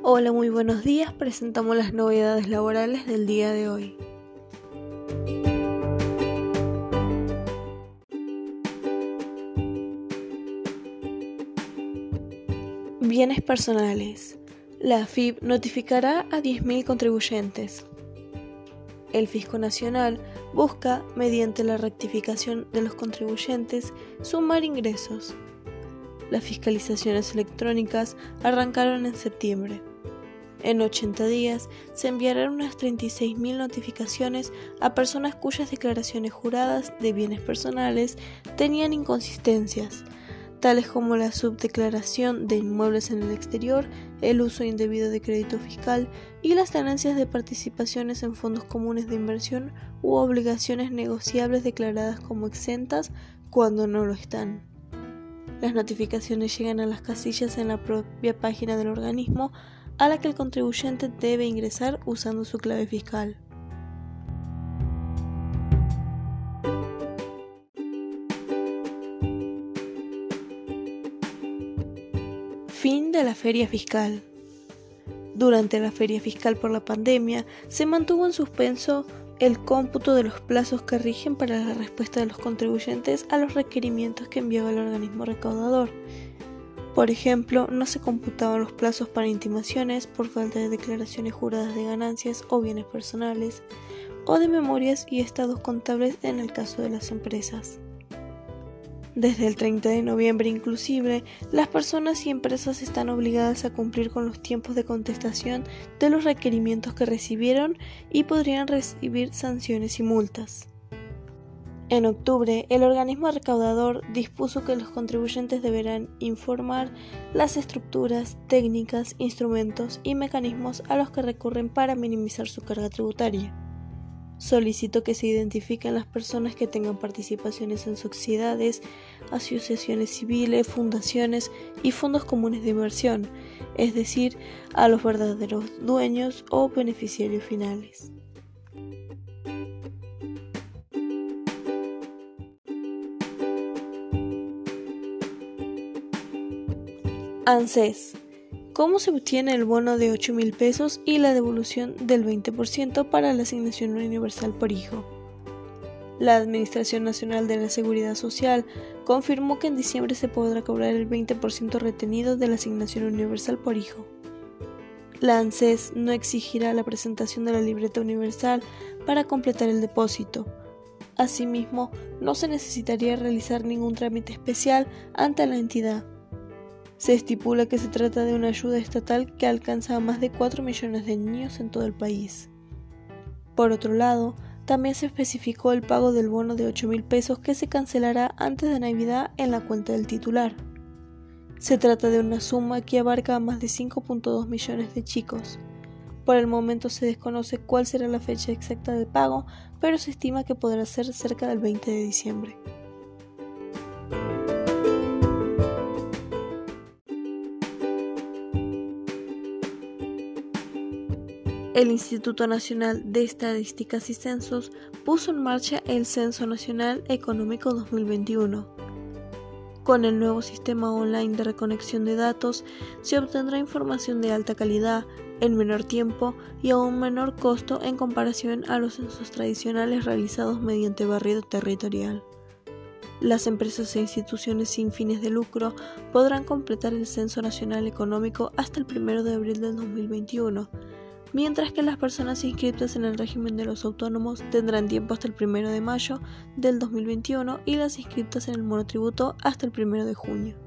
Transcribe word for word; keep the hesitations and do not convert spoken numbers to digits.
Hola, muy buenos días. Presentamos las novedades laborales del día de hoy. Bienes personales. La A F I P notificará a diez mil contribuyentes. El Fisco Nacional busca, mediante la rectificación de los contribuyentes, sumar ingresos. Las fiscalizaciones electrónicas arrancaron en septiembre. En ochenta días se enviarán unas treinta y seis mil notificaciones a personas cuyas declaraciones juradas de bienes personales tenían inconsistencias, tales como la subdeclaración de inmuebles en el exterior, el uso indebido de crédito fiscal y las tenencias de participaciones en fondos comunes de inversión u obligaciones negociables declaradas como exentas cuando no lo están. Las notificaciones llegan a las casillas en la propia página del organismo a la que el contribuyente debe ingresar usando su clave fiscal. Fin de la feria fiscal. Durante la feria fiscal por la pandemia, se mantuvo en suspenso el cómputo de los plazos que rigen para la respuesta de los contribuyentes a los requerimientos que enviaba el organismo recaudador. Por ejemplo, no se computaban los plazos para intimaciones por falta de declaraciones juradas de ganancias o bienes personales, o de memorias y estados contables en el caso de las empresas. Desde el treinta de noviembre inclusive, las personas y empresas están obligadas a cumplir con los tiempos de contestación de los requerimientos que recibieron y podrían recibir sanciones y multas. En octubre, el organismo recaudador dispuso que los contribuyentes deberán informar las estructuras, técnicas, instrumentos y mecanismos a los que recurren para minimizar su carga tributaria. Solicitó que se identifiquen las personas que tengan participaciones en sociedades, asociaciones civiles, fundaciones y fondos comunes de inversión, es decir, a los verdaderos dueños o beneficiarios finales. ANSES. ¿Cómo se obtiene el bono de ocho mil pesos y la devolución del veinte por ciento para la asignación universal por hijo? La Administración Nacional de la Seguridad Social confirmó que en diciembre se podrá cobrar el veinte por ciento retenido de la asignación universal por hijo. La ANSES no exigirá la presentación de la libreta universal para completar el depósito. Asimismo, no se necesitaría realizar ningún trámite especial ante la entidad. Se estipula que se trata de una ayuda estatal que alcanza a más de cuatro millones de niños en todo el país. Por otro lado, también se especificó el pago del bono de ocho mil pesos que se cancelará antes de Navidad en la cuenta del titular. Se trata de una suma que abarca a más de cinco punto dos millones de chicos. Por el momento se desconoce cuál será la fecha exacta de pago, pero se estima que podrá ser cerca del veinte de diciembre. El Instituto Nacional de Estadísticas y Censos puso en marcha el Censo Nacional Económico dos mil veintiuno. Con el nuevo sistema online de reconexión de datos, se obtendrá información de alta calidad, en menor tiempo y a un menor costo en comparación a los censos tradicionales realizados mediante barrido territorial. Las empresas e instituciones sin fines de lucro podrán completar el Censo Nacional Económico hasta el primero de abril del dos mil veintiuno, mientras que las personas inscritas en el régimen de los autónomos tendrán tiempo hasta el primero de mayo del dos mil veintiuno y las inscritas en el monotributo hasta el primero de junio.